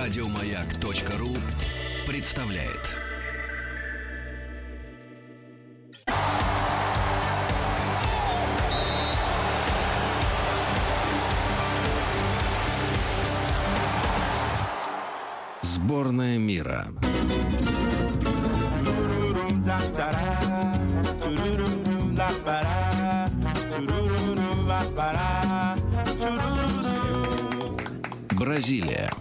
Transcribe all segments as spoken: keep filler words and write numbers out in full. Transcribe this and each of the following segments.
Радиомаяк.ру представляет. Сборная мира. Бразилия.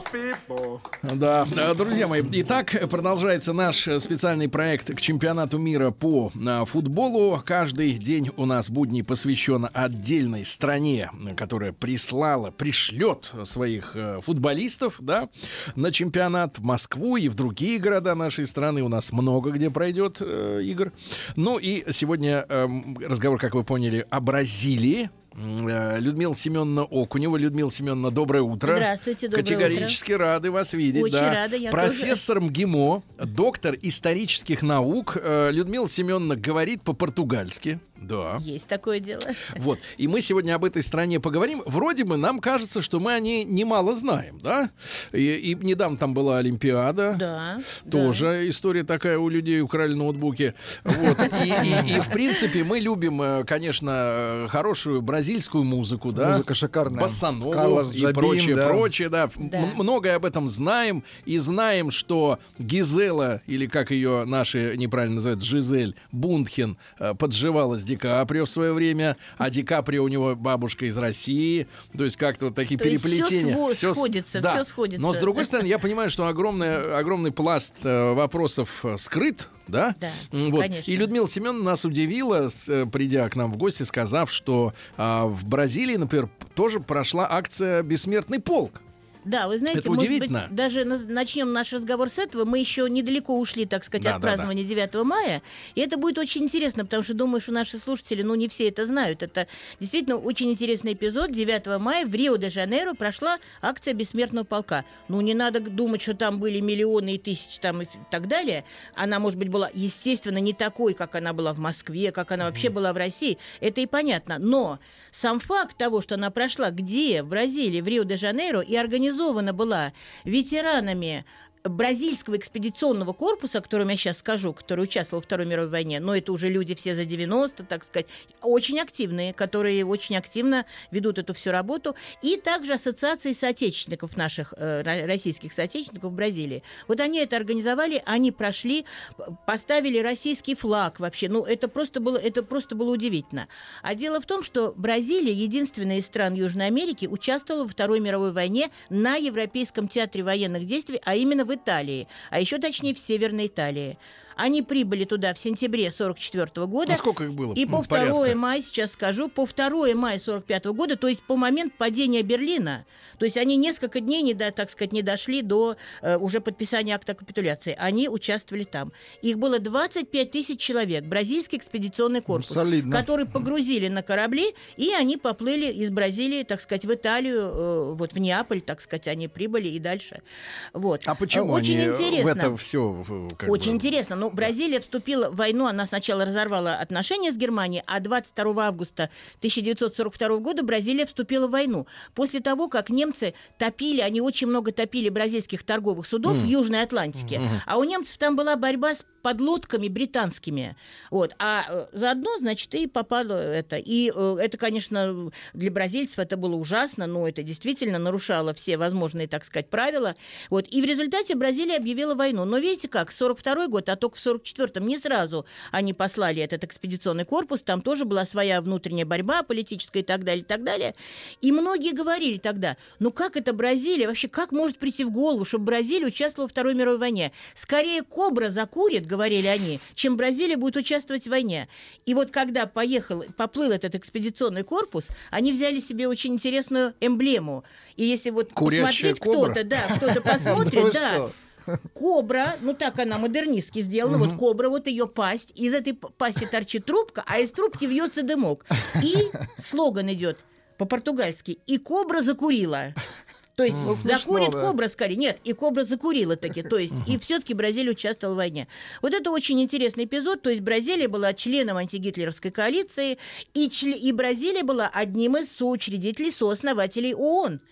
Да, друзья мои, итак, продолжается наш специальный проект к чемпионату мира по футболу. Каждый день у нас будний посвящен отдельной стране, которая прислала, пришлет своих футболистов, да, на чемпионат в Москву и в другие города нашей страны. У нас много где пройдет э, игр. Ну и сегодня э, разговор, как вы поняли, о Бразилии. Людмила Семеновна Окунева. Людмила Семеновна, доброе утро. Здравствуйте, доброе Категорически утро. рады вас видеть. Очень да. рада, я Профессор тоже. МГИМО, доктор исторических наук. Людмила Семеновна говорит по-португальски. Да. Есть такое дело. Вот. И мы сегодня об этой стране поговорим. Вроде бы нам кажется, что мы о ней немало знаем, да? И, и недавно там была Олимпиада. Да. Тоже да. история такая, у людей украли ноутбуки. Вот. И, и, и, в принципе, мы любим, конечно, хорошую бразильскую музыку, да? Музыка шикарная. Боссанову и Джабин, прочее, да. прочее, да. Да. М- многое об этом знаем. И знаем, что Гизела, или как ее наши неправильно называют, Жизель Бундхен, подживала с Ди Каприо в свое время, а Ди Каприо у него бабушка из России, то есть как-то вот такие То есть переплетения. всё Всё с- сходится, да. всё сходится. Но с другой стороны, я понимаю, что огромный, огромный пласт э, вопросов э, скрыт, да? Да, вот. конечно. И Людмила Семеновна нас удивила, с, э, придя к нам в гости, сказав, что э, в Бразилии, например, тоже прошла акция «Бессмертный полк». Да, вы знаете, Это может удивительно. быть, даже на- начнем наш разговор с этого. Мы еще недалеко ушли, так сказать, Да, от да, празднования девятого мая. И это будет очень интересно, потому что, думаю, что наши слушатели, ну, не все это знают. Это действительно очень интересный эпизод. девятого мая в Рио-де-Жанейро прошла акция «Бессмертного полка». Ну, не надо думать, что там были миллионы и тысячи там и так далее. Она, может быть, была, естественно, не такой, как она была в Москве, как она вообще была в России. Это и понятно. Но сам факт того, что она прошла где? В Бразилии, в Рио-де-Жанейро, и организована была ветеранами бразильского экспедиционного корпуса, о котором я сейчас скажу, который участвовал во Второй мировой войне, но это уже люди все за девяносто, так сказать, очень активные, которые очень активно ведут эту всю работу, и также ассоциации соотечественников наших, э, российских соотечественников в Бразилии. Вот они это организовали, они прошли, поставили российский флаг вообще, ну это просто было, это просто было удивительно. А дело в том, что Бразилия, единственная из стран Южной Америки, участвовала во Второй мировой войне на Европейском театре военных действий, а именно в Италии, а еще точнее в Северной Италии. Они прибыли туда в сентябре сорок четвёртого года. А сколько их было? И Ну, по второго мая, сейчас скажу, по второго мая сорок пятого года, то есть по моменту падения Берлина, то есть они несколько дней, не до, так сказать, не дошли до э, уже подписания акта капитуляции. Они участвовали там. Их было двадцать пять тысяч человек, бразильский экспедиционный корпус, Солидно. который погрузили на корабли, и они поплыли из Бразилии, так сказать, в Италию, э, вот в Неаполь, так сказать, они прибыли и дальше. Вот. А почему Очень они интересно. в это все... Очень интересно. Ну, Бразилия вступила в войну, она сначала разорвала отношения с Германией, а двадцать второго августа тысяча девятьсот сорок второго года Бразилия вступила в войну. После того, как немцы топили, они очень много топили бразильских торговых судов mm. в Южной Атлантике, mm-hmm. а у немцев там была борьба с подлодками британскими. Вот. А заодно, значит, и попало это. И это, конечно, для бразильцев это было ужасно, но это действительно нарушало все возможные, так сказать, правила. Вот. И в результате Бразилия объявила войну. Но видите как, сорок второй год, а только в сорок четвёртом не сразу они послали этот экспедиционный корпус, там тоже была своя внутренняя борьба политическая и так далее, и так далее. И многие говорили тогда, ну как это Бразилия, вообще как может прийти в голову, чтобы Бразилия участвовала во Второй мировой войне? Скорее кобра закурит, говорили они, чем Бразилия будет участвовать в войне. И вот когда поехал, поплыл этот экспедиционный корпус, они взяли себе очень интересную эмблему. И если вот Курящая посмотреть кобра? кто-то, да, кто-то посмотрит, да, кобра, ну так она модернистски сделана, вот кобра, вот ее пасть, из этой пасти торчит трубка, а из трубки вьется дымок. И слоган идет по-португальски «И кобра закурила». То есть ну, смешно, закурит да. кобра скорее. Нет, и кобра закурила таки. То есть и все-таки Бразилия участвовала в войне. Вот это очень интересный эпизод. То есть Бразилия была членом антигитлеровской коалиции, и, чле... и Бразилия была одним из соучредителей, сооснователей ООН.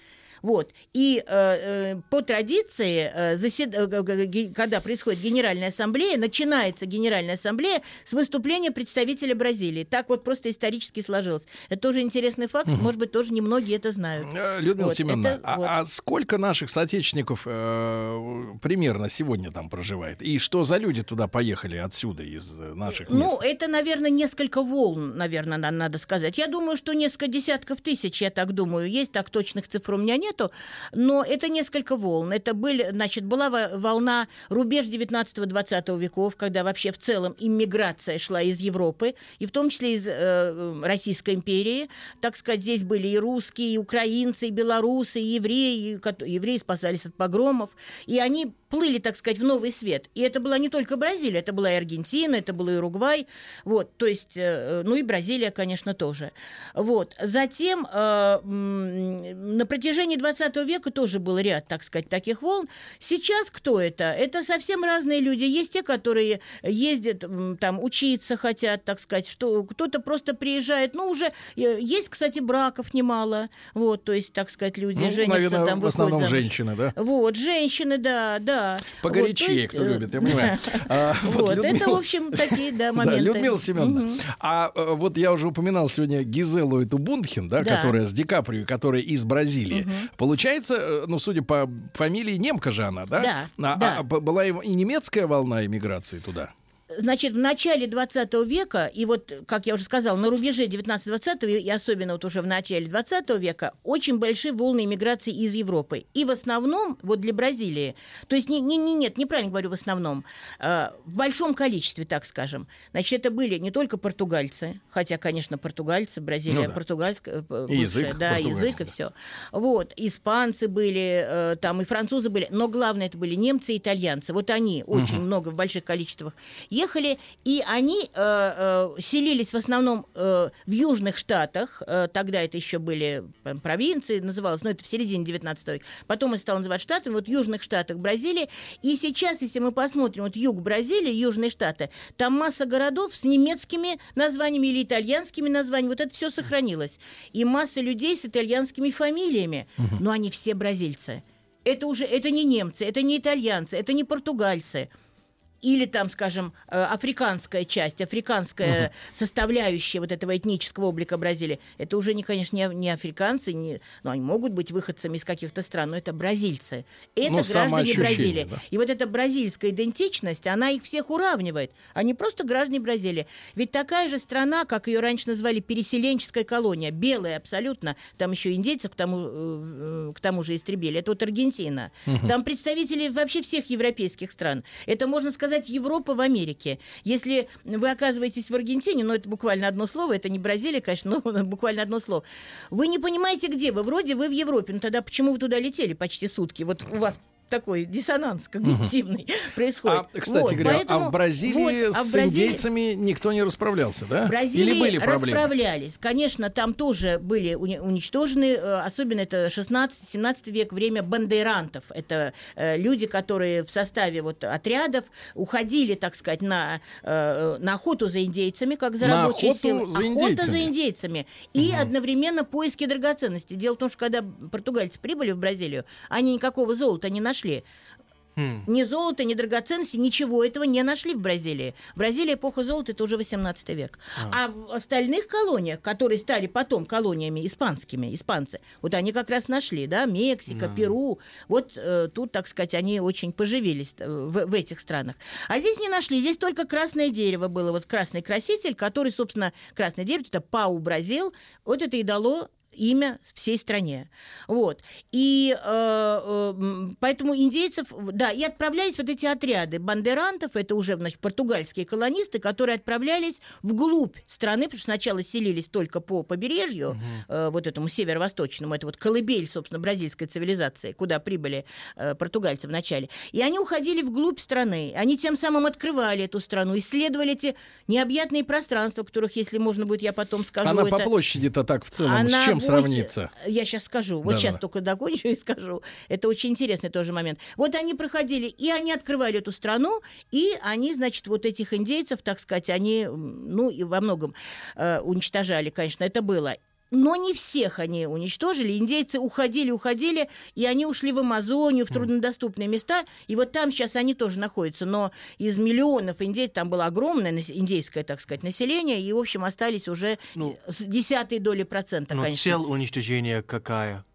Вот. И э, по традиции, э, засед... когда происходит Генеральная ассамблея, начинается Генеральная ассамблея с выступления представителя Бразилии. Так вот просто исторически сложилось. Это тоже интересный факт. Угу. Может быть, тоже немногие это знают. Людмила вот, Семеновна, это, а, вот. а сколько наших соотечественников э, примерно сегодня там проживает? И что за люди туда поехали отсюда, из наших мест? Ну, это, наверное, несколько волн, наверное, надо сказать. Я думаю, что несколько десятков тысяч, я так думаю, есть. Так точных цифр у меня нету. Но это несколько волн. Это были, значит, была волна рубеж девятнадцатого-двадцатого веков, когда вообще в целом иммиграция шла из Европы, и в том числе из э, Российской империи. Так сказать, здесь были и русские, и украинцы, и белорусы, и евреи. И, евреи спасались от погромов. И они плыли, так сказать, в новый свет. И это была не только Бразилия, это была и Аргентина, это был и Уругвай. Вот, то есть, э, ну и Бразилия, конечно, тоже. Вот. Затем э, на протяжении двадцатого века тоже был ряд, так сказать, таких волн. Сейчас кто это? Это совсем разные люди. Есть те, которые ездят, там, учиться хотят, так сказать, что кто-то просто приезжает. Ну, уже есть, кстати, браков немало. Вот, то есть, так сказать, люди ну, женятся, наверное, там, в основном выходят. женщины, да? Вот, женщины, да, да. Погорячее, вот, есть, кто любит, я понимаю. А, вот, вот это, в общем, такие, да, моменты. Да, Людмила Семеновна, угу. а вот я уже упоминал сегодня Гизелу эту Бунтхен, да, да, которая с Ди Каприо, которая из Бразилии. Угу. Получается, ну, судя по фамилии, немка же она, да? Да, а, да. А была и немецкая волна эмиграции туда? Значит, в начале двадцатого века, и вот, как я уже сказала, на рубеже девятнадцатого-двадцатого, и особенно вот уже в начале двадцатого века, очень большие волны иммиграции из Европы. И в основном, вот для Бразилии, то есть, не, не, не, нет, неправильно говорю в основном, э, в большом количестве, так скажем. Значит, это были не только португальцы, хотя, конечно, португальцы, Бразилия, ну, да. португальская, бывшая, язык, да, язык и все. Вот, испанцы были, э, там и французы были, но главное, это были немцы и итальянцы. Вот они очень угу. много, в больших количествах ехали, и они э, э, селились в основном э, в южных штатах. Э, тогда это еще были э, провинции, называлось, но это в середине девятнадцатого века. Потом это стало называть штатами, вот в южных штатах Бразилии. И сейчас, если мы посмотрим, вот юг Бразилии, южные штаты, там масса городов с немецкими названиями или итальянскими названиями. Вот это все сохранилось. И масса людей с итальянскими фамилиями. Угу. Но они все бразильцы. Это уже, это не немцы, это не итальянцы, это не португальцы. Или там, скажем, африканская часть, африканская uh-huh. составляющая вот этого этнического облика Бразилии, это уже, не, конечно, не, не африканцы, не, ну, они могут быть выходцами из каких-то стран, но это бразильцы. Это ну, граждане Бразилии. Да. И вот эта бразильская идентичность, она их всех уравнивает. Они просто граждане Бразилии. Ведь такая же страна, как ее раньше назвали, переселенческая колония, белая абсолютно, там еще индейцев к тому, к тому же истребили, это вот Аргентина. Uh-huh. Там представители вообще всех европейских стран. Это, можно сказать, Европа в Америке. Если вы оказываетесь в Аргентине, ну, это буквально одно слово, это не Бразилия, конечно, но буквально одно слово, вы не понимаете, где вы. Вроде вы в Европе, но тогда почему вы туда летели почти сутки? Вот у вас такой диссонанс когнитивный uh-huh. происходит. А, кстати вот, говоря, поэтому, а в Бразилии вот, а в с Бразилии... индейцами никто не расправлялся, да? В Бразилии Или были проблемы? Расправлялись. Конечно, там тоже были уничтожены, особенно это шестнадцатый-семнадцатый век, время бандейрантов. Это э, люди, которые в составе вот отрядов уходили, так сказать, на, э, на охоту за индейцами, как за на рабочие силы. За Охота за индейцами. И uh-huh. одновременно поиски драгоценностей. Дело в том, что когда португальцы прибыли в Бразилию, они никакого золота не нашли. Hmm. Ни золота, ни драгоценностей, ничего этого не нашли в Бразилии. Бразилия, эпоха золота, это уже восемнадцатый век. Ah. А в остальных колониях, которые стали потом колониями испанскими, испанцы, вот они как раз нашли, да, Мексика, mm. Перу. Вот э, тут, так сказать, они очень поживились в, в этих странах. А здесь не нашли, здесь только красное дерево было, вот красный краситель, который, собственно, красное дерево, это Пау Бразил, вот это и дало имя всей стране. Вот. И э, э, поэтому индейцев, да, и отправлялись вот эти отряды бандерантов, это уже, значит, португальские колонисты, которые отправлялись вглубь страны, потому что сначала селились только по побережью, uh-huh. э, вот этому северо-восточному, это вот колыбель, собственно, бразильской цивилизации, куда прибыли э, португальцы вначале. И они уходили вглубь страны, они тем самым открывали эту страну, исследовали эти необъятные пространства, которых, если можно будет, я потом скажу. Она это... по площади-то так в целом, Она... с чем сравниться? Я сейчас скажу. Вот да, сейчас да. только докончу и скажу. Это очень интересный тоже момент. Вот они проходили, и они открывали эту страну, и они, значит, вот этих индейцев, так сказать, они, ну, и во многом э, уничтожали, конечно, это было. Но не всех они уничтожили. Индейцы уходили, уходили, и они ушли в Амазонию, в труднодоступные места. И вот там сейчас они тоже находятся. Но из миллионов индейцев, там было огромное индейское, так сказать, население, и, в общем, остались уже ну, с десятой доли процента, но конечно. Но цель уничтожения какая?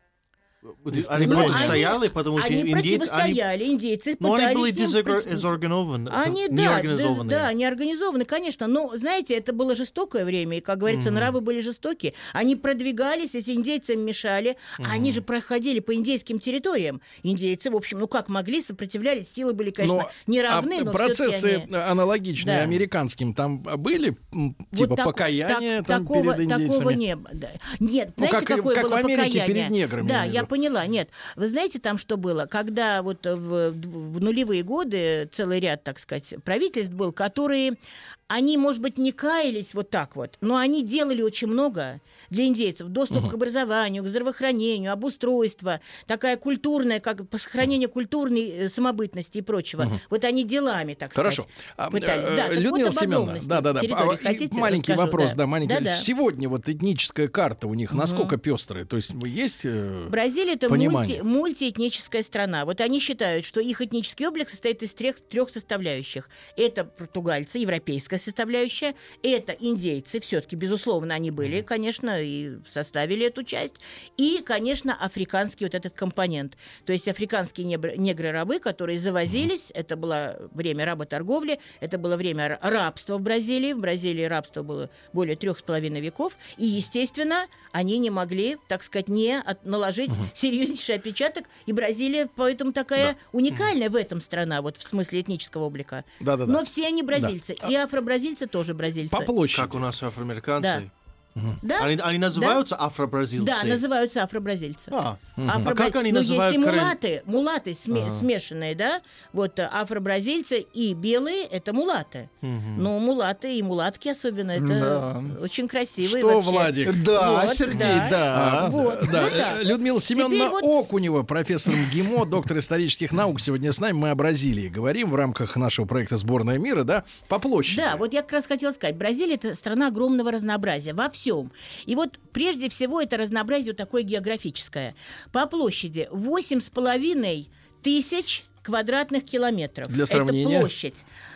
Ну, Они противостояли, они, потому что они индейцы... противостояли, они... индейцы Но пытались... они были против... дезорганизованы, они, неорганизованы. Да, да, неорганизованы, конечно. Но, знаете, это было жестокое время, и, как говорится, mm-hmm. нравы были жестокие. Они продвигались, если индейцам мешали, mm-hmm. они же проходили по индейским территориям. Индейцы, в общем, ну как могли, сопротивлялись, силы были, конечно, но, не равны, а но процессы они... аналогичные да. американским там были? Типа вот покаяния так, там такого, перед индейцами? Такого не было. Да. Нет, ну, знаете, как, какое как было в Америке покаяние? Перед неграми. Да, я поняла, нет. Вы знаете, там что было? Когда вот в, в нулевые годы целый ряд, так сказать, правительств был, которые, они, может быть, не каялись вот так вот, но они делали очень много для индейцев. Доступ uh-huh. к образованию, к здравоохранению, обустройство, такая культурная, как сохранение культурной самобытности и прочего. Uh-huh. Вот они делами, так Хорошо. сказать, пытались. А, да, Людмила вот Семеновна, да, да, да. А, хотите, маленький расскажу, вопрос, да, да, маленький. Да, да. Сегодня вот этническая карта у них uh-huh. насколько пестрая? То есть есть э, Бразилия — это мульти, мультиэтническая страна. Вот они считают, что их этнический облик состоит из трех, трех составляющих. Это португальцы, европейская составляющая, это индейцы, все-таки, безусловно, они были, конечно, и составили эту часть, и, конечно, африканский вот этот компонент. То есть африканские негры-рабы, которые завозились, это было время работорговли, это было время рабства в Бразилии. В Бразилии рабство было более трех с половиной веков, и, естественно, они не могли, так сказать, не от, наложить угу. серьезнейший отпечаток, и Бразилия поэтому такая да. уникальная в этом страна, вот в смысле этнического облика. Да, да, да. Но все они бразильцы, да. и афробразильцы тоже бразильцы. По площади. Как у нас афроамериканцы. Да. Угу. Да? Они, они называются да? афробразильцы? Да, называются афробразильцы. А, Афробра... а как они ну, называют? Есть и корень... мулаты, мулаты сме... ага. смешанные, да? Вот афробразильцы и белые — это мулаты. Угу. Ну, мулаты и мулатки особенно, это да. очень красивые. Что, вообще. Владик? Да, вот, Сергей, да. да. А, вот, да. вот так. Людмила Семеновна вот... Окунева, профессор МГИМО, доктор исторических наук, сегодня с нами. Мы о Бразилии говорим в рамках нашего проекта «Сборная мира», да, по площади. Да, вот я как раз хотела сказать, Бразилия — это страна огромного разнообразия во всем. И вот прежде всего это разнообразие такое географическое. По площади восемь с половиной тысяч квадратных километров. Для сравнения. Это площадь.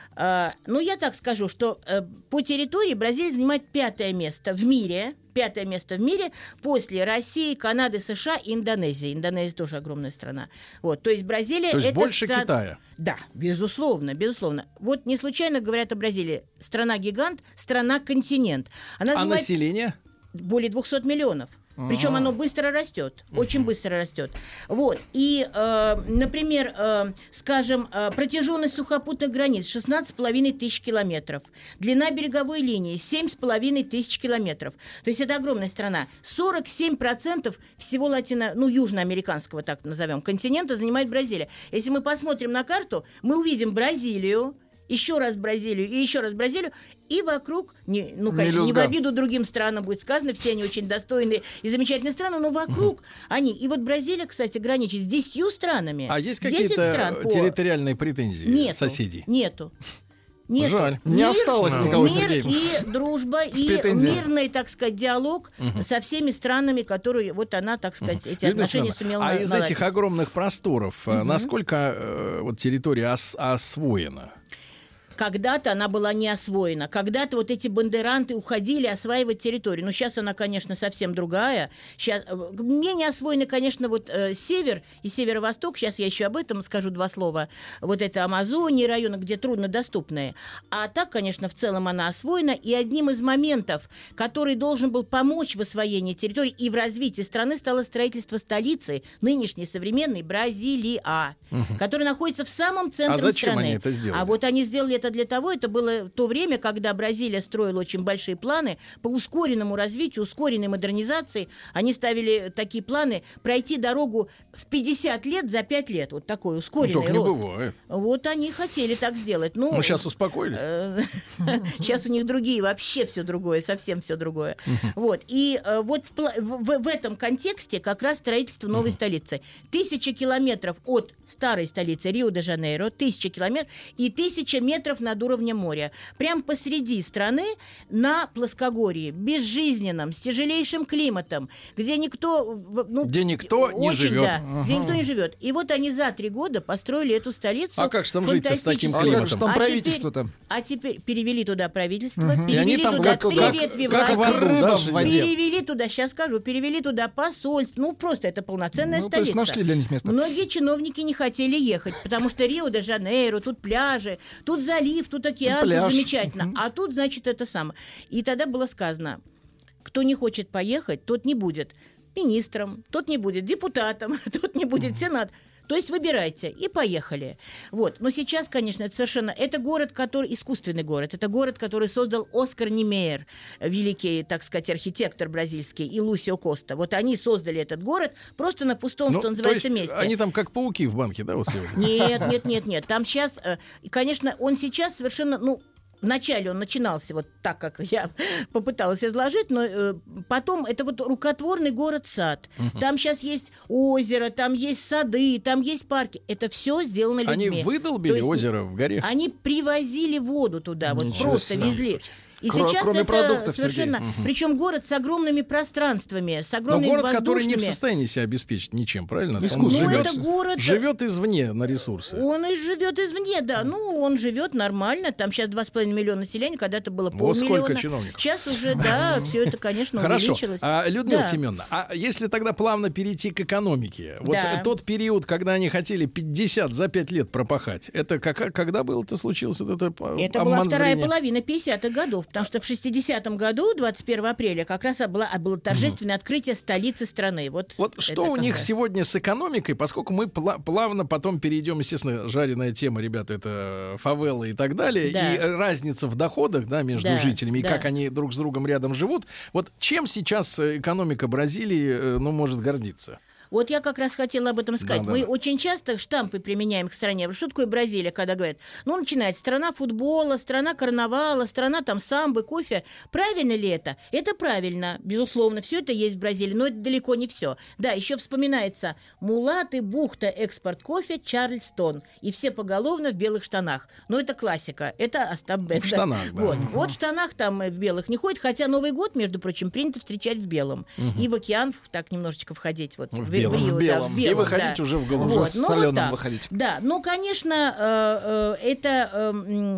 А, ну, я так скажу, что а, по территории Бразилия занимает пятое место в мире. Пятое место в мире после России, Канады, США и Индонезии. Индонезия тоже огромная страна. Вот, то есть Бразилия... То есть это больше стра... Китая. Да, безусловно, безусловно. Вот не случайно говорят о Бразилии. Страна-гигант, страна-континент. Она а занимает... население? Более двухсот миллионов. А-а-а. Причем оно быстро растет, uh-huh. очень быстро растет. Вот. И, э, например, э, скажем, э, протяженность сухопутных границ шестнадцать с половиной тысяч километров. Длина береговой линии семь с половиной тысяч километров. То есть это огромная страна. сорок семь процентов всего латино, ну, южноамериканского, так назовем, континента занимает Бразилия. Если мы посмотрим на карту, мы увидим Бразилию, еще раз Бразилию и еще раз Бразилию, и вокруг, не, ну, конечно, не, не в обиду другим странам будет сказано, все они очень достойные и замечательные страны, но вокруг угу. они. И вот Бразилия, кстати, граничит с десятью странами. А есть какие-то по... территориальные претензии нету, соседей? Нету. Нету. Жаль. Мир, не осталось никого, Мир и дружба, и мирный, так сказать, диалог угу. со всеми странами, которые, вот она, так сказать, эти Людмила отношения сумела А наладить. из этих огромных просторов угу. насколько э, вот территория ос- освоена? Когда-то она была не освоена. Когда-то вот эти бандеранты уходили осваивать территорию. Но сейчас она, конечно, совсем другая. Сейчас... Менее освоены, конечно, вот э, север и северо-восток. Сейчас я еще об этом скажу два слова. Вот это Амазония, районы, где труднодоступные. А так, конечно, в целом она освоена. И одним из моментов, который должен был помочь в освоении территории и в развитии страны, стало строительство столицы, нынешней современной Бразилия, угу. которая находится в самом центре страны. А зачем страны. они это сделали? А вот они сделали это для того, это было то время, когда Бразилия строила очень большие планы по ускоренному развитию, ускоренной модернизации. Они ставили такие планы пройти дорогу в пятьдесят лет за пять лет. Вот такой ускоренный рост. Так не бывает. Вот они хотели так сделать. Ну, ну сейчас успокоились. Сейчас у них другие, вообще все другое, совсем все другое. Вот. И вот в этом контексте как раз строительство новой столицы. Тысяча километров от старой столицы Рио-де-Жанейро, тысяча километров и тысяча метров метров над уровнем моря. Прям посреди страны на плоскогорье, безжизненном, с тяжелейшим климатом, где никто... Ну, где никто не очень, живет. Да, ага. где никто не живет. И вот они за три года построили эту столицу. А как же там жить-то с таким климатом? А как же там а правительство-то? Теперь, а теперь перевели туда правительство, угу. перевели там туда как, три как, ветви как власти, рыба в воде. Перевели туда, сейчас скажу, перевели туда посольство. Ну, просто это полноценная ну, столица. То есть нашли для них место. Многие чиновники не хотели ехать, потому что Рио-де-Жанейро, тут пляжи, тут залив, тут океан, Пляж. тут замечательно. А тут, значит, это самое. И тогда было сказано, кто не хочет поехать, тот не будет министром, тот не будет депутатом, тот не будет сенатором. То есть выбирайте. И поехали. Вот. Но сейчас, конечно, это совершенно... Это город, который... Искусственный город. Это город, который создал Оскар Немейер, великий, так сказать, архитектор бразильский, и Лусио Коста. Вот они создали этот город просто на пустом, ну, что называется, то есть месте. Они там как пауки в банке, да, вот сегодня? Нет, нет, нет, нет. Там сейчас... Конечно, он сейчас совершенно... ну Вначале он начинался вот так, как я попыталась изложить, но э, потом это вот рукотворный город-сад. Uh-huh. Там сейчас есть озеро, там есть сады, там есть парки. Это все сделано людьми. Они выдолбили есть, озеро в горе? Они привозили воду туда, вот Ничего просто себе. везли. И Кро- сейчас кроме это продуктов, совершенно... Сергей. Причем город с огромными пространствами, с Но огромными город, воздушными... который не в состоянии себя обеспечить ничем, правильно? Он Искусственно. Ну, живет, это город... живет извне на ресурсы. Он и живет извне, да. Ну, он живет нормально. Там сейчас два с половиной миллиона населения, когда-то было Вот полмиллиона. сколько чиновников. Сейчас уже, да, все это, конечно, Хорошо. увеличилось. А, Людмила Да. Семеновна, а если тогда плавно перейти к экономике? Вот Да. тот период, когда они хотели пятьдесят за пять лет пропахать, это как, когда было это случилось? Вот это Это обман была вторая зрения? половина пятидесятых годов, потому что в шестидесятом году, двадцать первого апреля, как раз было, было торжественное открытие столицы страны. Вот, Вот это что у как них раз. сегодня с экономикой, поскольку мы пла- плавно потом перейдем, естественно, жареная тема, ребята, это фавелы и так далее, Да. и разница в доходах, да, между Да, жителями, и да. как они друг с другом рядом живут. Вот чем сейчас экономика Бразилии, э, ну, может гордиться? Вот я как раз хотела об этом сказать. Да, да, Мы да. очень часто штампы применяем к стране. Что такое Бразилия, когда говорят, ну, начинается страна футбола, страна карнавала, страна там самбы, кофе. Правильно ли это? Это правильно, безусловно. Все это есть в Бразилии, но это далеко не все. Да, еще вспоминается Мулаты, бухта, экспорт кофе, Чарльстон. И все поголовно в белых штанах. Но это классика. Это Остап Бендер. В штанах, да. Вот. Вот в штанах там в белых не ходит, хотя Новый год, между прочим, принято встречать в белом. И в океан так немножечко входить. Вот, В в, белом. в Рио, В да, белом. в И белом, выходить да. уже в голубом. Уже Вот, с ну, вот солёным так. выходить. Да, ну, конечно, э, э, это э,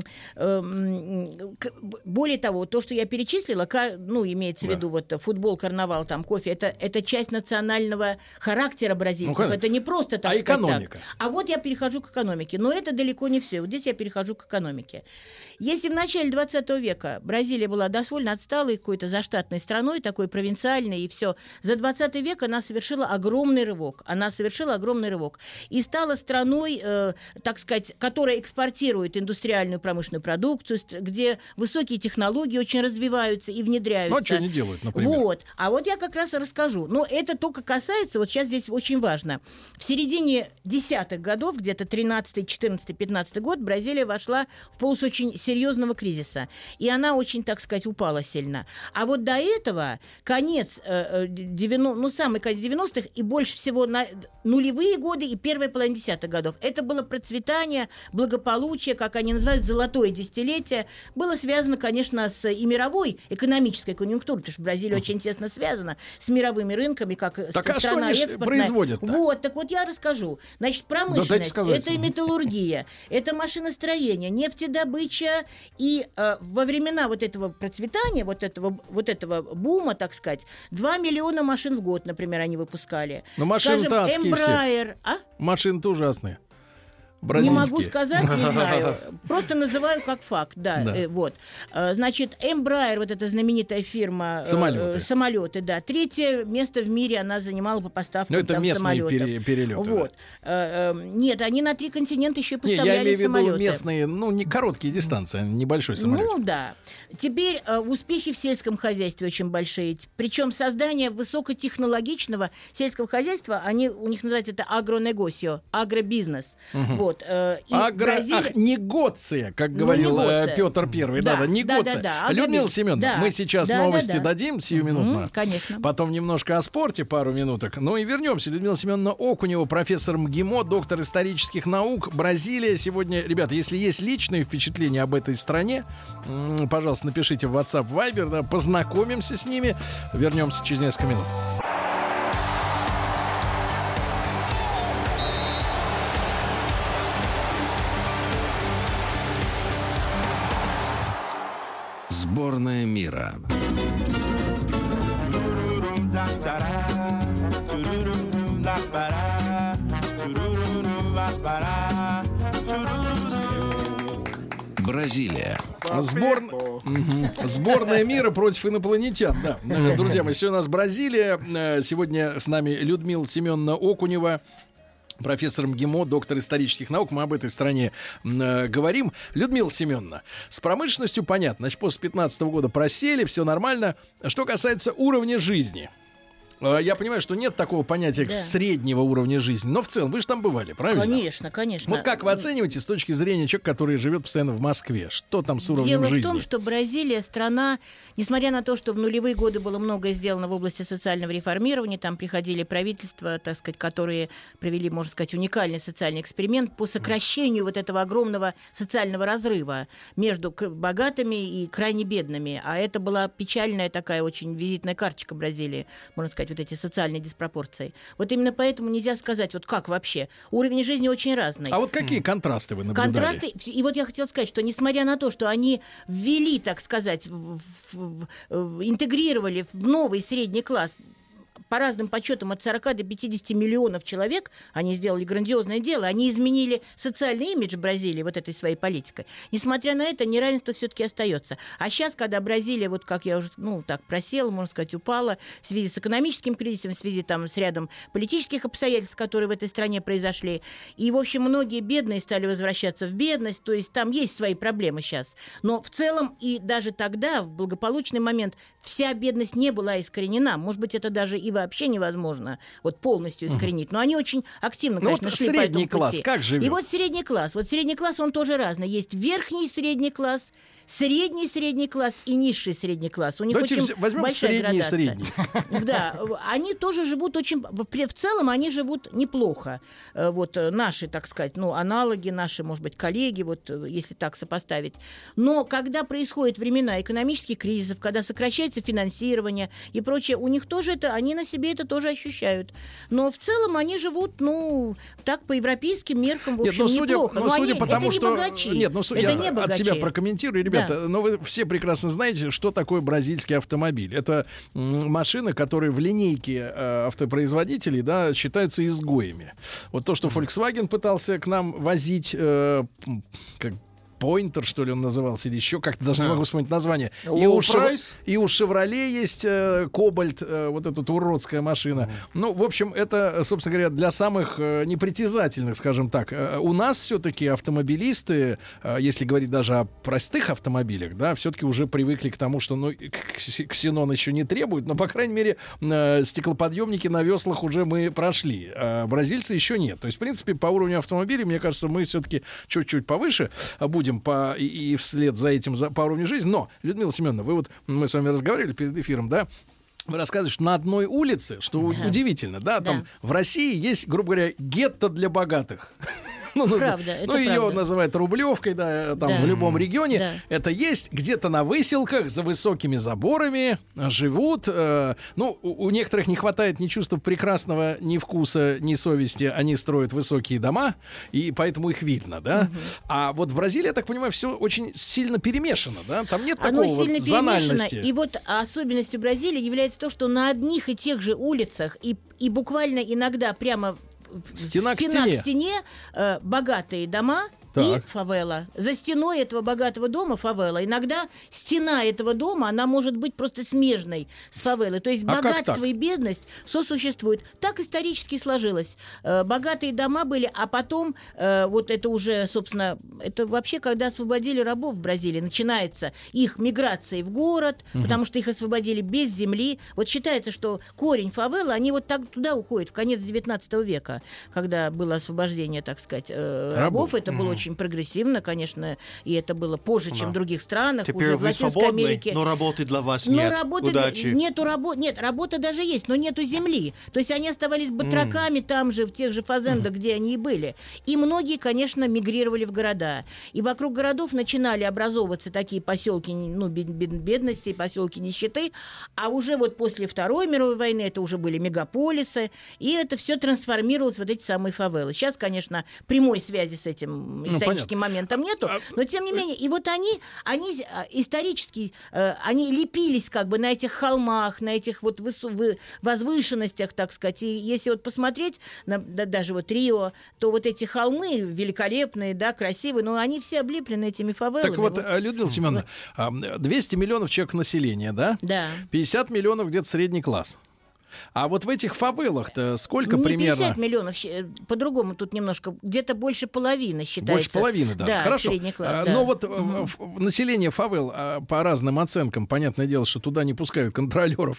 э, э, к- более того, то, что я перечислила, ка- ну, имеется в Да. виду вот футбол, карнавал, там кофе, это, это часть национального характера бразильцев. Ну, конечно. Это не просто так А сказать экономика? так. А вот я перехожу к экономике. Но это далеко не все. Вот здесь я перехожу к экономике. Если в начале двадцатого века Бразилия была довольно отсталой какой-то заштатной страной, такой провинциальной, и все, за двадцатый век она совершила огромный рывок. Она совершила огромный рывок. И стала страной, э, так сказать, которая экспортирует индустриальную промышленную продукцию, ст- где высокие технологии очень развиваются и внедряются. Ну, а что они делают, например? Вот. А вот я как раз и расскажу. Но это только касается, вот сейчас здесь очень важно. В середине десятых годов, где-то тринадцатый, четырнадцатый, пятнадцатый год, Бразилия вошла в полос очень серьезного кризиса. И она очень, так сказать, упала сильно. А вот до этого конец, э, девяностых, ну, самый конец девяностых и больше всего на нулевые годы и первая половина десятых годов. Это было процветание, благополучие, как они называют, золотое десятилетие. Было связано, конечно, с и мировой экономической конъюнктурой, потому что Бразилия очень тесно связана с мировыми рынками, как Так, с- а что страна они ж экспортная. производят-то? Вот, так вот я расскажу. Значит, Да, дайте промышленность, сказать. это и металлургия, это машиностроение, нефтедобыча. И э, во времена вот этого процветания, вот этого, вот этого бума, так сказать, два миллиона машин в год, например, они выпускали. Но машины-то Скажем, адские все. Embraer, а? Машины-то ужасные. Не Бразильские. могу сказать, не знаю. Просто называю как факт, да. Да. э, вот. Э, Значит, Embraer, вот эта знаменитая фирма... э, Самолеты. э, Самолеты, да. Третье место в мире она занимала по поставкам Ну, это там, местные самолетов. пере- перелеты, Вот. Э, э, Нет, они на три континента еще и Не, поставляли я имею в виду самолеты. местные, ну, не короткие дистанции, а небольшой самолет. Ну да. Теперь э, успехи в сельском хозяйстве очень большие. Причем создание высокотехнологичного сельского хозяйства, они, у них называется это агронегосио, агробизнес. Вот. Вот. Э, и а, Бразилия... Ах, негоция, как говорил ну, э, Петр Первый. Да, да, негоция. Да, да, да. Агабит. Людмила Семеновна, да. мы сейчас да, новости да, да. дадим сиюминутно. Угу, конечно. Потом немножко о спорте, пару минуток. Ну и вернемся. Людмила Семеновна Окунева, профессор МГИМО, доктор исторических наук. Бразилия сегодня. Ребята, если есть личные впечатления об этой стране, м- пожалуйста, напишите в WhatsApp, Viber, да, познакомимся с ними. Вернемся через несколько минут. Сборная мира. Бразилия. Сбор... Угу. Сборная мира против инопланетян. Да. Друзья мои, сегодня у нас Бразилия. Сегодня с нами Людмила Семеновна Окунева, профессор МГИМО, доктор исторических наук. Мы об этой стране э, говорим. Людмила Семеновна, с промышленностью понятно. Значит, после пятнадцатого года просели, все нормально. Что касается уровня жизни. Э, я понимаю, что нет такого понятия, да, среднего уровня жизни. Но в целом, вы же там бывали, правильно? Конечно, конечно. Вот как вы оцениваете с точки зрения человека, который живет постоянно в Москве? Что там с уровнем Дело жизни? Дело в том, что Бразилия страна, несмотря на то, что в нулевые годы было многое сделано в области социального реформирования, там приходили правительства, так сказать, которые провели, можно сказать, уникальный социальный эксперимент по сокращению вот этого огромного социального разрыва между богатыми и крайне бедными. А это была печальная такая очень визитная карточка Бразилии, можно сказать, вот эти социальные диспропорции. Вот именно поэтому нельзя сказать, вот как вообще. Уровень жизни очень разный. А вот какие контрасты вы наблюдали? Контрасты, и вот я хотела сказать, что несмотря на то, что они ввели, так сказать, в, в, в, интегрировали в новый средний класс, по разным подсчетам, от сорока до пятидесяти миллионов человек, они сделали грандиозное дело, они изменили социальный имидж Бразилии вот этой своей политикой. Несмотря на это, неравенство все-таки остается. А сейчас, когда Бразилия, вот как я уже, ну, так просела, можно сказать, упала в связи с экономическим кризисом, в связи там с рядом политических обстоятельств, которые в этой стране произошли, и, в общем, многие бедные стали возвращаться в бедность, то есть там есть свои проблемы сейчас. Но в целом и даже тогда, в благополучный момент, вся бедность не была искоренена. Может быть, это даже и вообще невозможно вот полностью искоренить. Но они очень активно, ну, конечно, вот шли по этому средний класс пути. Как живет? И вот средний класс. Вот средний класс, он тоже разный. Есть верхний средний класс, средний средний класс и низший средний класс. У них Давайте очень возьмем большая средний градация. средний. Да, они тоже живут очень... В целом они живут неплохо. Вот наши, так сказать, ну, аналоги, наши, может быть, коллеги, вот если так сопоставить. Но когда происходят времена экономических кризисов, когда сокращается финансирование и прочее, у них тоже это, они на себе это тоже ощущают. Но в целом они живут, ну, так, по европейским меркам, в общем, нет, ну, судя, неплохо. Ну, но судя они, по тому, это что... не богачи. Нет, ну, это я не от богачи. себя прокомментирую, ребята. Да. Но вы все прекрасно знаете, что такое бразильский автомобиль. Это м, машины, которые в линейке э, автопроизводителей, да, считаются изгоями. Вот то, что Volkswagen пытался к нам возить, э, как Pointer, что ли, он назывался, или еще как-то, даже не могу вспомнить название. И у, Шев... и у Chevrolet есть э, Кобальт, э, вот эта уродская машина. Mm. Ну, в общем, это, собственно говоря, для самых э, непритязательных, скажем так. Э, у нас все-таки автомобилисты, э, если говорить даже о простых автомобилях, да, все-таки уже привыкли к тому, что, ну, ксенон еще не требует, но, по крайней мере, э, стеклоподъемники на веслах уже мы прошли. А бразильцы еще нет. То есть, в принципе, по уровню автомобилей, мне кажется, мы все-таки чуть-чуть повыше будем по, и, и вслед за этим за, по уровню жизни. Но, Людмила Семеновна, вы вот, мы с вами разговаривали перед эфиром, да, вы рассказываете, что на одной улице, что да. удивительно, да, да, там в России есть, грубо говоря, гетто для богатых. Ну, правда, это ну ее правда. называют Рублевкой, да, там да. в любом регионе. Да. Это есть где-то на выселках, за высокими заборами живут. Э, ну, у, у некоторых не хватает ни чувства прекрасного, ни вкуса, ни совести. Они строят высокие дома, и поэтому их видно, да. Угу. А вот в Бразилии, я так понимаю, все очень сильно перемешано, да. Там нет Оно такого сильно вот перемешано. зональности. И вот особенностью Бразилии является то, что на одних и тех же улицах и, и буквально иногда прямо Стена, стена к стене, к стене э, богатые дома, Так. и фавела. За стеной этого богатого дома фавела. Иногда стена этого дома, она может быть просто смежной с фавелой. То есть А как богатство так? и бедность сосуществуют. Так исторически сложилось. Э, Богатые дома были, а потом, э, вот это уже, собственно, это вообще, когда освободили рабов в Бразилии, начинается их миграция в город, угу. потому что их освободили без земли. Вот считается, что корень фавелы, они вот так туда уходят, в конец девятнадцатого века, когда было освобождение, так сказать, э, рабов. рабов. Это угу. было очень прогрессивно, конечно, и это было позже, чем да. в других странах. Теперь уже вы в Латинской свободны, Америке. но работы для вас но нет. Работы, Удачи. Нету работы, нет, работа даже есть, но нету земли. То есть они оставались батраками mm. там же, в тех же фазендах, mm. где они и были. И многие, конечно, мигрировали в города. И вокруг городов начинали образовываться такие поселки, ну, бедности, поселки нищеты. А уже вот после Второй мировой войны это уже были мегаполисы, и это все трансформировалось в вот эти самые фавелы. Сейчас, конечно, прямой связи с этим ну, историческим понятно. моментом нету, но тем не менее, и вот они, они исторически, они лепились как бы на этих холмах, на этих вот высу- возвышенностях, так сказать. И если вот посмотреть на да, даже вот Рио, то вот эти холмы великолепные, да, красивые, но они все облеплены этими фавелами. Так вот, вот. Людмила Семеновна, двести миллионов человек населения, да? Да. пятьдесят миллионов где-то средний класс. А вот в этих фавелах-то сколько не примерно? пятьдесят миллионов, по-другому тут немножко, где-то больше половины считается. Больше половины, да. Да, хорошо. средний класс, а, да. Но вот угу. население фавел, по разным оценкам, понятное дело, что туда не пускают контролеров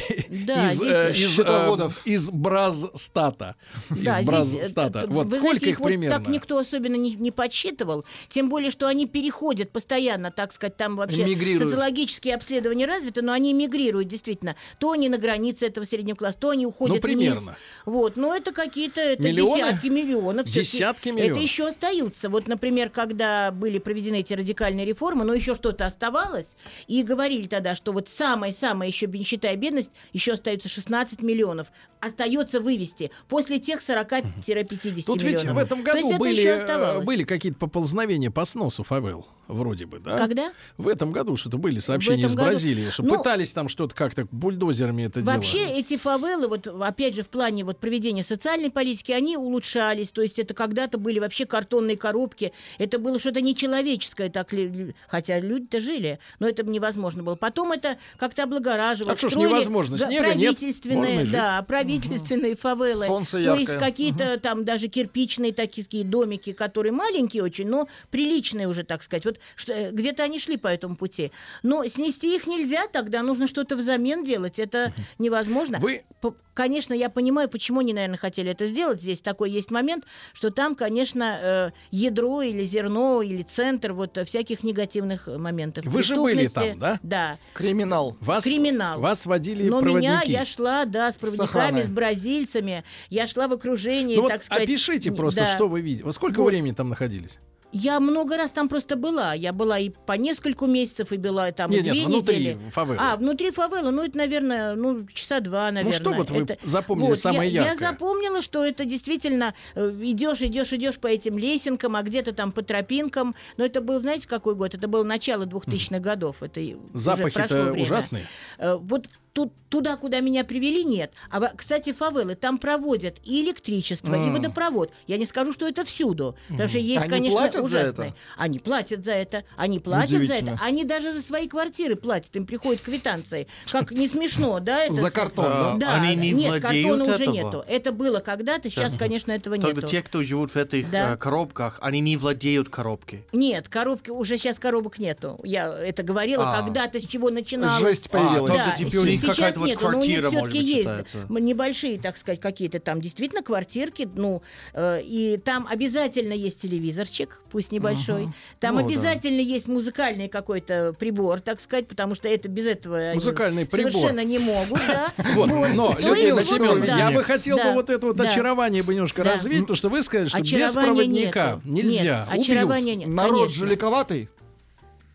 да, из, здесь... э, из, э, из Бразстата. Да, из Бразстата. Здесь, вот вы сколько знаете, их примерно? Вот так никто особенно не, не подсчитывал, тем более, что они переходят постоянно, так сказать, там вообще мигрируют. Социологические обследования развиты, но они мигрируют, действительно. То они на границе этого среднего класса, то они уходят ну, примерно. вниз. Вот, но это какие-то это десятки миллионов. Десятки миллионов. Это еще остаются. Вот, например, когда были проведены эти радикальные реформы, но еще что-то оставалось, и говорили тогда, что вот самая-самая еще нищета и бедность, еще остается шестнадцать миллионов. Остается вывести после тех сорока-пятидесяти Тут миллионов. ведь в этом году это были, были какие-то поползновения по сносу фавел, вроде бы, да? Когда? В этом году что-то были сообщения из году... Бразилии, что ну, пытались там что-то как-то бульдозерами это делать. Вообще эти фавелы, вот опять же в плане вот проведения социальной политики, они улучшались, то есть это когда-то были вообще картонные коробки, это было что-то нечеловеческое, так ли, хотя люди-то жили, но это невозможно было. Потом это как-то облагораживалось. А что ж невозможно? Снега нет, правительственные, да, правительственные угу. фавелы. Солнце яркое. То есть какие-то угу. там даже кирпичные такие домики, которые маленькие очень, но приличные уже, так сказать. Вот что, где-то они шли по этому пути. Но снести их нельзя, тогда нужно что-то взамен делать. Это угу. невозможно. Вы... Конечно, я понимаю, почему они, наверное, хотели это сделать. Здесь такой есть момент, что там, конечно, ядро или зерно, или центр вот всяких негативных моментов. Вы же были там, да? Да. Криминал. Вас, Криминал. Вас водили Но проводники. меня, я шла, да, с проводниками, с, с бразильцами. Я шла в окружении, ну, так вот сказать. Опишите просто, да. что вы видели. Во сколько вот. времени там находились? Я много раз там просто была. Я была и по нескольку месяцев, и была там нет, и две нет, внутри недели. Фавелы. А, внутри фавелы, ну, это, наверное, ну, часа два, наверное. Ну, что вот вы это... запомнили вот, самое я, яркое? Я запомнила, что это действительно идешь, идешь, идешь по этим лесенкам, а где-то там по тропинкам. Но это был, знаете, какой год? Это было начало двухтысячных годов. Это запахи-то ужасные? Вот тут, туда, куда меня привели, нет. А, кстати, фавелы там проводят и электричество, mm. и водопровод. Я не скажу, что это всюду. Mm. Потому что есть, Они конечно, платят ужасные. За это? Они платят за это. Они платят за это. Они даже за свои квартиры платят. Им приходят квитанции. Как не смешно, да? Это... За картон, да? Они не нет, картона уже этого? нету. Это было когда-то, сейчас, конечно, этого нету. Тогда те, кто живут в этих да. коробках, они не владеют коробкой. Нет, коробки, уже сейчас коробок нету. Я это говорила, а. когда-то с чего начиналось. Жесть появилась. А, да, теперь у них какая-то вот нету, квартира, но у них может быть, есть считается. Небольшие, так сказать, какие-то там действительно квартирки, ну, э, и там обязательно есть телевизорчик, пусть небольшой. Uh-huh. Там ну, обязательно да. есть музыкальный какой-то прибор, так сказать, потому что это без этого музыкальный они прибор. совершенно не могут, да. Вот, но, Людмила Семеновна, я бы хотел бы вот это вот да. очарование бы немножко да. развить, потому что вы сказали, что без очарования проводника нету. нельзя. Нет, очарования нет. Народ Конечно. жиликоватый?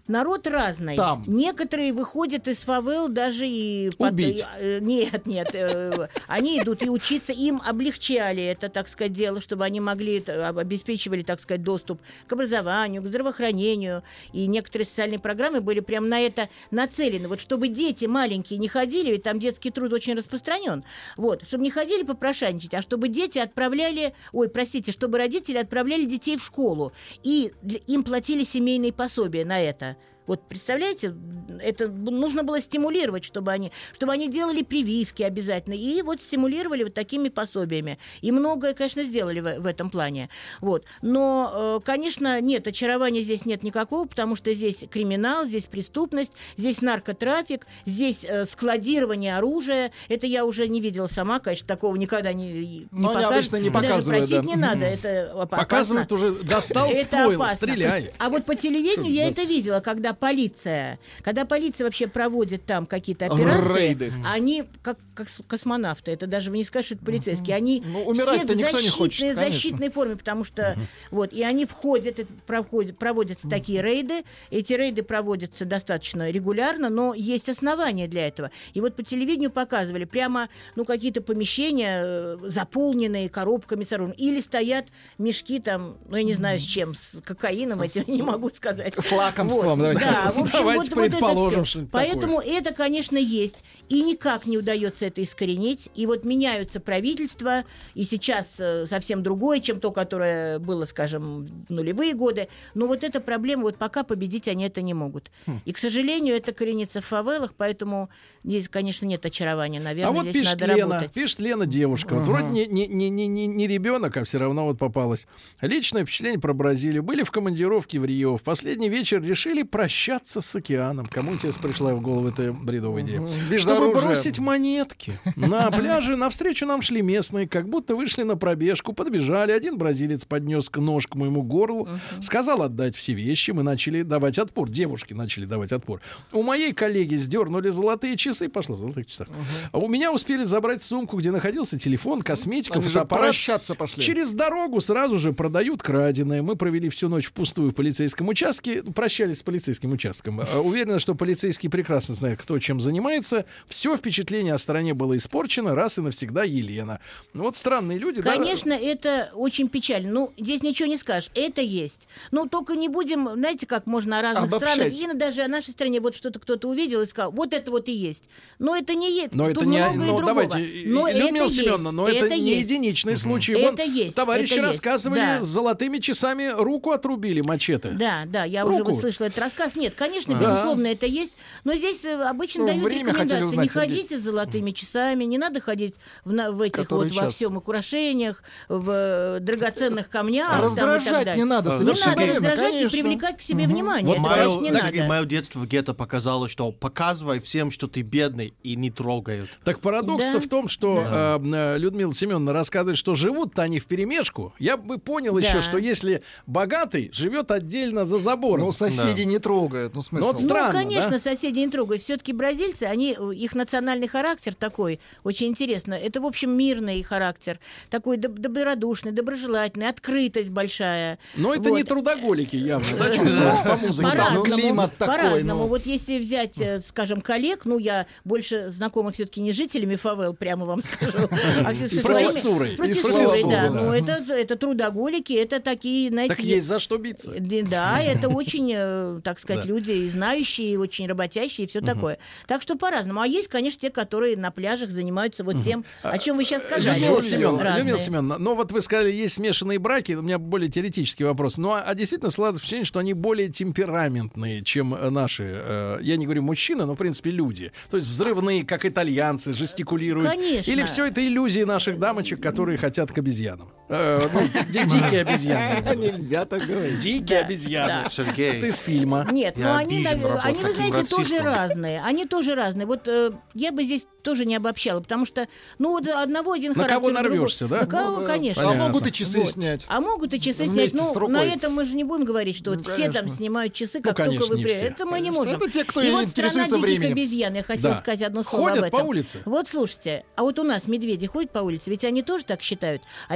Народ разный. Там. Некоторые выходят из фавел даже и... Убить. Под... Нет, нет. э, Они идут и учиться. Им облегчали это, так сказать, дело, чтобы они могли, это, об- обеспечивали, так сказать, доступ к образованию, к здравоохранению. И некоторые социальные программы были прямо на это нацелены. Вот чтобы дети маленькие не ходили, ведь там детский труд очень распространен. Вот. Чтобы не ходили попрошайничать, а чтобы дети отправляли... Ой, простите, чтобы родители отправляли детей в школу. И для- им платили семейные пособия на это. Вот представляете, это нужно было стимулировать, чтобы они, чтобы они делали прививки обязательно. И вот стимулировали вот такими пособиями. И многое, конечно, сделали в, в этом плане. Вот. Но, э, конечно, нет, очарования здесь нет никакого, потому что здесь криминал, здесь преступность, здесь наркотрафик, здесь э, складирование оружия. Это я уже не видела сама, конечно, такого никогда не, не Но они покажут. обычно не Даже показывают, просить да. не надо, это опасно. Показывают уже, достал Это ствол, опасно. стреляй. А вот по телевидению я это видела, когда полиция, когда полиция вообще проводит там какие-то операции, Рейды. они как, как с- космонавты, это даже вы не скажете, что полицейские, они Ну, все умирать-то в никто не защитной, хочет, конечно. защитной форме, потому что вот, и они входят, это проходят, проводятся такие рейды, эти рейды проводятся достаточно регулярно, но есть основания для этого. И вот по телевидению показывали прямо, ну, какие-то помещения, э, заполненные коробками с оружием, или стоят мешки там, ну, я не знаю с чем, с кокаином, этим не могу сказать. С лакомством, Вот. давайте. Да, в общем, Давайте вот, вот это предположим, всё. что-нибудь Поэтому это, конечно, есть. И никак не удается это искоренить. И вот меняются правительства, и сейчас э, совсем другое, чем то, которое было, скажем, в нулевые годы. Но вот эта проблема, вот пока победить они это не могут. Хм. И, к сожалению, это коренится в фавелах, поэтому здесь, конечно, нет очарования. Наверное, А вот здесь пишет надо Лена, работать. пишет Лена девушка. Вот вроде не, не, не, не, не, не ребенок, а все равно вот попалась. Личное впечатление про Бразилию. Были в командировке в Рио. В последний вечер решили прощаться с океаном. Кому тебе пришла в голову эта бредовая идея? Без Чтобы оружия. бросить монетки. На пляже навстречу нам шли местные, как будто вышли на пробежку, подбежали. Один бразилец поднес нож к моему горлу, сказал отдать все вещи. Мы начали давать отпор. Девушки начали давать отпор. У моей коллеги сдернули золотые часы. Пошло в золотых часах. А у меня успели забрать сумку, где находился телефон, косметика, Они же фотоаппарат. прощаться пошли. Через дорогу сразу же продают краденое. Мы провели всю ночь впустую в полицейском участке. Прощались с полицейским участком. А, Уверена, что полицейский прекрасно знает, кто чем занимается. Все впечатление о стороне было испорчено раз и навсегда, Елена. Ну, вот странные люди. да? Конечно, это очень печально. Ну, здесь ничего не скажешь. Это есть. Ну, только не будем, знаете, как можно о разных Обобщать. странах. И даже о нашей стране вот что-то кто-то увидел и сказал, вот это вот и есть. Но это не есть. Но Тут это не... много и Но другого. давайте, Но Людмила это Семеновна, есть. но это, не есть. единичные случаи. Это Вон, есть, товарищи это есть. рассказывали, Да. с золотыми часами руку отрубили мачете. Да, да, я уже Руку. вот слышала этот рассказ. Нет, конечно, Да. безусловно, это есть. Но здесь э, обычно Ну, дают время хотели рекомендации. узнать, Не Сергей. ходите с золотыми часами, не надо ходить в, на- в этих Который вот во час? всем украшениях, в э, драгоценных камнях. там и так Раздражать далее. не надо, Не совершенно надо верно, раздражать и конечно. привлекать к себе внимание. Вот Это мое, конечно, не Сергей, надо. мое детство в гетто показало, что показывай всем, что ты бедный, и не трогают. Так парадокс-то Да. в том, что э, э, Людмила Семеновна рассказывает, что живут-то они вперемешку. Я бы понял Да. еще, что если богатый живет отдельно за забором. Ну, соседи не трогают. Ну, смысл. Ну, вот странно, Ну, конечно, да? соседи не трогают. Все-таки бразильцы, они, их национальный характер такой, очень интересно. Это, в общем, мирный характер. Такой доб- добродушный, доброжелательный, открытость большая. Но это Вот. не трудоголики явно, да, чувствуется по музыке. По-разному, Ну, климат такой, по-разному. ну. Вот если взять, э, скажем, коллег, ну, я больше знакома все-таки не с жителями фавел, прямо вам скажу, а все-таки С со своими- профессурой. С И с профессурой, профессурой, да. да. Ну, это, это трудоголики, это такие, знаете... Так есть за что биться. Э, Да, это очень, э, так сказать, Да. люди и знающие, и очень работящие, и все такое. Так что по-разному. А есть, конечно, те, которые на пляжах занимаются вот тем, о чем вы сейчас сказали. Людмила Разные. Семеновна, Людмила Семеновна, ну вот вы сказали, есть смешанные браки, у меня более теоретический вопрос. Ну а, а действительно складывается впечатление, что они более темпераментные, чем э, наши, э, я не говорю мужчины, но в принципе люди. То есть взрывные, как итальянцы, жестикулируют. Конечно. Или все это иллюзии наших дамочек, которые хотят к обезьянам. Э, ну, ди- дикие обезьяны. Нельзя так говорить. Дикие обезьяны. Сергей, Это из фильма. Нет, Я ну они, обижен навер- работать они, вы таким знаете, тоже расистом. разные. Они тоже разные. Вот э, я бы здесь тоже не обобщала, потому что, ну, вот одного один На характер. кого другого- нарвешься, да? На кого, Ну, конечно. А Понятно. могут и часы Вот. снять. А могут и часы снять. Вместе с Ну, рукой. на этом мы же не будем говорить, что Ну, вот все там конечно. снимают часы, Ну, как конечно, только вы не при... все. Это мы не Конечно. можем. Это те, кто и вот интересуется страна диких временем. обезьян. Я хотела Да. сказать одно слово Ходят об этом. по улице. Вот слушайте, а вот у нас медведи ходят по улице, ведь они тоже так считают. А если нам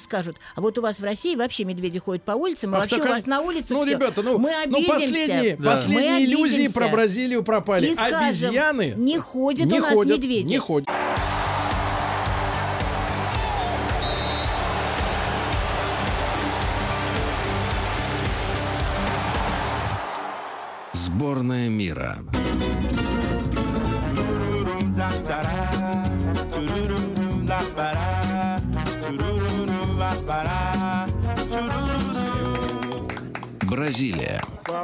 скажут, а вот у вас в России вообще медведи ходят по улицам, и Ах, вообще так у они- вас на улице Ну, всё. ребята, ну, мы ну обидимся. последние, Да. последние Мы иллюзии обидимся. про Бразилию пропали. И скажем, Обезьяны не ходят не у нас ходят, медведи. не ходят. Сборная мира. Бразилия.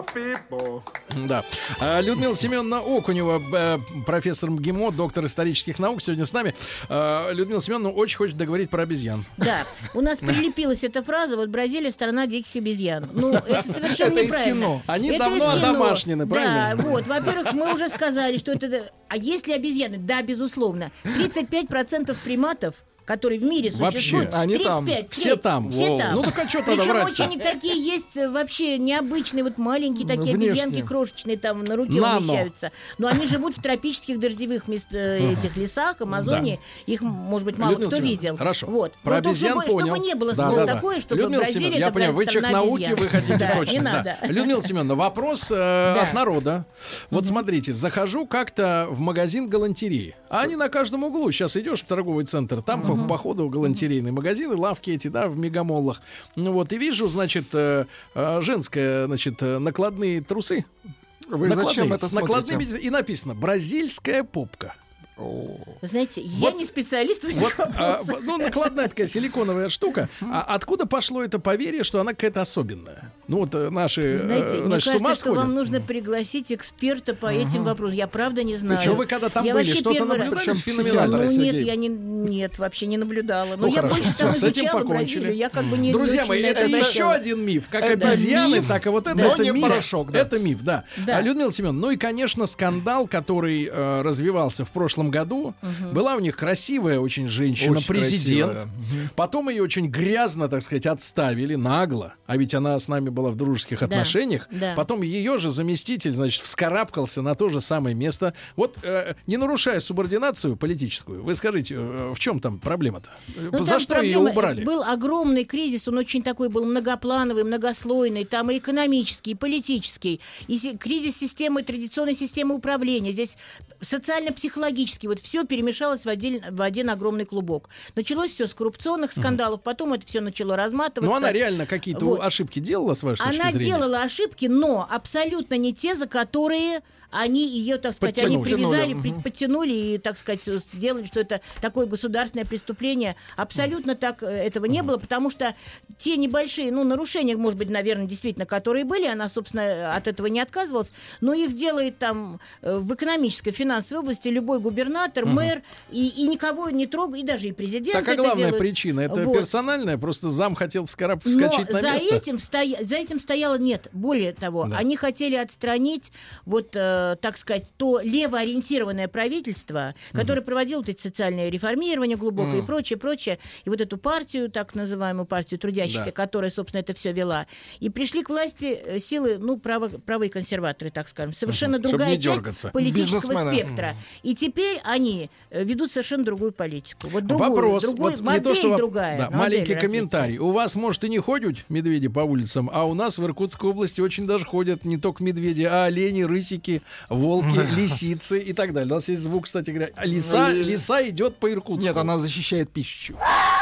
Да. А, Людмила Семеновна Окунева, э, профессор МГИМО, доктор исторических наук, сегодня с нами. А, Людмила Семеновна очень хочет договорить про обезьян. Да, у нас прилепилась эта фраза, вот Бразилия — страна диких обезьян. Ну, это совершенно Это из неправильно. кино. Они Это давно из кино. одомашнены, правильно? Да, вот, во-первых, мы уже сказали, что это... А есть ли обезьяны? Да, безусловно. тридцать пять процентов приматов, которые в мире Вообще. существуют, Они там. тридцать пять, Все треть, там. Все Во. там. Ну так а что тогда Причем врать-то? очень такие есть э, вообще необычные, вот маленькие такие Внешне. обезьянки крошечные там на руке Нано. умещаются. Но они живут в тропических дождевых мест, э, этих лесах, Амазонии. Их, может быть, мало Людмила кто Семеновна, видел. хорошо. Вот. Про Но то, обезьян чтобы, понял. чтобы не было Да, слова да, да. такое, чтобы Людмила Бразилия Семеновна, это я понимаю, вы человек страна науки, обезьян. вы хотите Да, точность. не да. надо. Людмила Семеновна, вопрос э, Да. от народа. Вот смотрите, захожу как-то в магазин галантереи, а они на каждом углу. Сейчас идешь в торговый центр, там по, по ходу галантерейные магазины, лавки эти, да, в мегамоллах. Ну вот, и вижу, значит, э, э, женское, значит, э, накладные трусы. Вы накладные, зачем это с накладными, смотрите? и написано «бразильская попка». О. Знаете, я Вот- не специалист в этих Вот, а, вопросах. ну, накладная такая силиконовая штука. А откуда пошло это поверье, что она какая-то особенная? Ну, вот э, наши, Знаете, э, мне значит, с ума кажется, что сходят. вам нужно пригласить эксперта по этим вопросам. Я правда не знаю. Причем вы когда там Я были, вообще что-то первый раз- наблюдали Причем феноменально? Ну Сергей. нет, я не, нет, вообще не наблюдала. Но Ну, я хорошо, больше всё, там с этим изучала покончили. Бразилию. Я как бы не Друзья очень мои, на это это еще обращала. один миф. Как Это обезьяны, миф, так и вот это, но это не миф. порошок, да. Это миф, да. Да. А, Людмила Семеновна, ну и, конечно, скандал, который э, развивался в прошлом году. Была у них красивая очень женщина, Очень президент. красивая. Потом ее очень грязно, так сказать, отставили, нагло. А ведь она с нами была в дружеских Да, отношениях. да. Потом ее же заместитель, значит, вскарабкался на то же самое место. Вот, э, не нарушая субординацию политическую, вы скажите, э, в чем там проблема-то? Э, Ну, За там что ее проблема, убрали? Был огромный кризис, он очень такой был многоплановый, многослойный, там и экономический, и политический, и си- кризис системы, традиционной системы управления. Здесь социально-психологически вот все перемешалось в один, в один огромный клубок. Началось все с коррупционных скандалов, потом это все начало разматываться. Ну, она реально какие-то Вот. ошибки делала, с вашей точки Она зрения? делала ошибки, но абсолютно не те, за которые они ее, так сказать, они Подтянули. привязали, Подтянули, при- подтянули и, так сказать, сделали, что это такое государственное преступление. Абсолютно так э, этого не было, потому что те небольшие, ну, нарушения, может быть, наверное, действительно, которые были, она, собственно, от этого не отказывалась, но их делает там э, в экономической, финансовой области любой губернатор, мэр, и, и никого не трогает, и даже и президент Так, а это главная делает. причина, это Вот. персональная, просто зам хотел вскараб- Но вскочить на за место. этим, стоя... за этим стояло нет. Более того, Да. они хотели отстранить, вот, э, так сказать, то левоориентированное правительство, которое проводило вот эти социальные реформирования глубокое и прочее, прочее, и вот эту партию, так называемую партию трудящихся, Да. которая, собственно, это все вела. И пришли к власти э, силы, ну, право, правые консерваторы, так скажем. Совершенно Чтоб другая не часть дергаться. политического Бизнесмены. спектра. И теперь они э, ведут совершенно другую политику. Вот другую, Вопрос, другую, вот модель не то, что воп- другая. да, модель маленький развития. комментарий. У вас, может, и не ходят медведи по улицам, а у нас в Иркутской области очень даже ходят не только медведи, а олени, рысики, волки, лисицы и так далее. У нас есть звук, кстати говоря. Лиса, Э, лиса идет по Иркутску. Нет, она защищает пищу.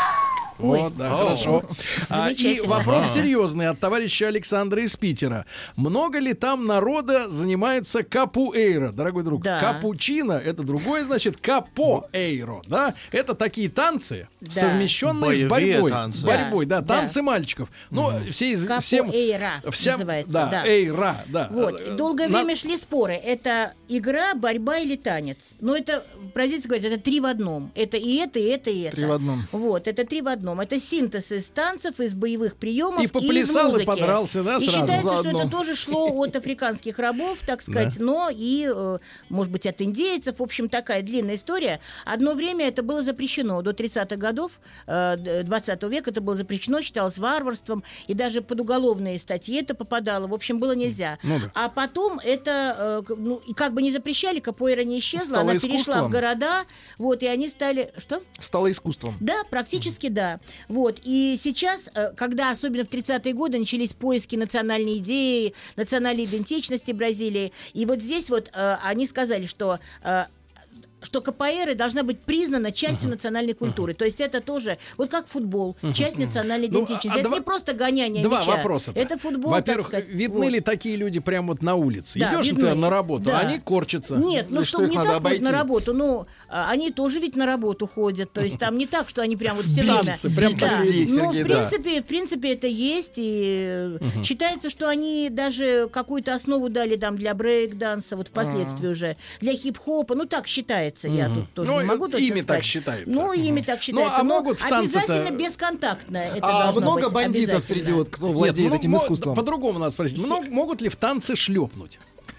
Вот, да, хорошо. А, и Замечательно. вопрос серьезный от товарища Александра из Питера. Много ли там народа занимается капуэйро, дорогой друг? Да. Капучино — это другое, значит, капоэйро, да? Это такие танцы, Да. совмещенные с Боевые борьбой. танцы. С борьбой, да, Да. танцы мальчиков. Ну, все из... всем... Капуэйра всем- называется, да, да. эйра, да. Вот. Э, И долгое на- время шли споры. Это игра, борьба или танец. Но это, бразильцы говорят, это три в одном. Это и это, и это, и это. Три в одном. Вот, это три в одном. Это синтез из танцев, из боевых приемов И из поплясал, и музыки. подрался, да, И сразу? считается, что Заодно. это тоже шло от африканских рабов, так сказать, но и, э, может быть, от индейцев. В общем, такая длинная история. Одно время это было запрещено. До тридцатых годов э, двадцатого века это было запрещено, считалось варварством. И даже под уголовные статьи это попадало. В общем, было нельзя. Ну да. А потом это, э, к- ну, и как бы не запрещали, капоэйра не исчезла, Стало она перешла искусством. в города, вот, и они стали... Что? Стало искусством. Да, практически да. Да. Вот. И сейчас, э, когда особенно в тридцатые годы начались поиски национальной идеи, национальной идентичности Бразилии, и вот здесь вот э, они сказали, что... Э, что капоэра должна быть признана частью uh-huh. национальной культуры. Uh-huh. То есть это тоже, вот как футбол, uh-huh. часть национальной идентичности. Ну, а это два, не просто гоняние два мяча. Два вопроса. Это футбол, Во-первых, так сказать. видны вот. ли такие люди прямо вот на улице? Да, идешь видны. на работу, да. а они корчатся. Нет, ну что, что, не так обойти? вот на работу, ну, они тоже ведь на работу ходят. То есть там не так, что они прям вот все время... Танцы, прям да. так есть, Ну, Сергей, в да. принципе, в принципе, это есть. И uh-huh. считается, что они даже какую-то основу дали там для брейк-данса, вот впоследствии uh-huh. уже, для хип-хопа. Ну, так считается. Uh-huh. Я тут тоже ну, не могу точно ими сказать. так считается. Ну, ими так считается. Ну, а но могут в обязательно танце-то... бесконтактно это А должно много быть, бандитов среди вот, кто владеет Нет, этим ну, искусством? По-другому надо спросить. Се- Много, могут ли в танце шлепнуть?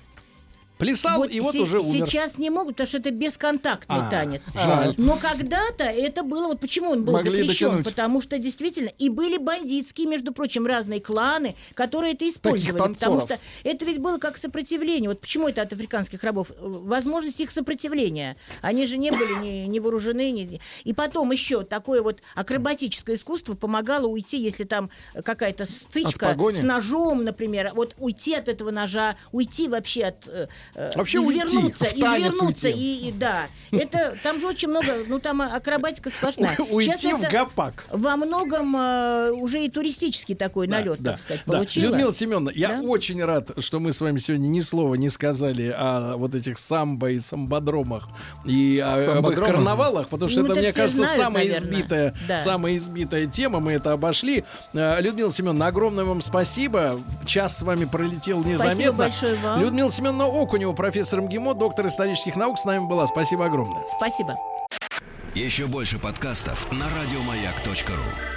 Плясал, Вот и вот се- уже умер. Сейчас не могут, потому что это бесконтактный А, танец. жаль. Но когда-то это было... Вот почему он был Могли запрещен? дотянуть. Потому что действительно... И были бандитские, между прочим, разные кланы, которые это использовали. Потому танцоров. что это ведь было как сопротивление. Вот почему это от африканских рабов? Возможность их сопротивления. Они же не были ни, ни вооружены. Ни... И потом еще такое вот акробатическое искусство помогало уйти, если там какая-то стычка с ножом, например. Вот уйти от этого ножа, уйти вообще от... Вообще извернуться, уйти, в танец извернуться уйти. и, и да, это там же очень много, ну там акробатика сплошная. Уйти Сейчас в это гопак. во многом э, уже и туристический такой Да, налет, да, так сказать, да. получила. Людмила Семеновна, я Да? очень рад, что мы с вами сегодня ни слова не сказали о вот этих самбо и самбодромах и о- об их Самбодромах? карнавалах, потому что Ну, это, это мне все кажется, знают, самая наверное. избитая, Да. самая избитая тема. Мы это обошли. Э, Людмила Семеновна, огромное вам спасибо. Час с вами пролетел Спасибо незаметно. большое вам. Людмила Семеновна Окунева, профессор МГИМО, доктор исторических наук, с нами была. Спасибо огромное. Спасибо. Еще больше подкастов на радиомаяк точка ру.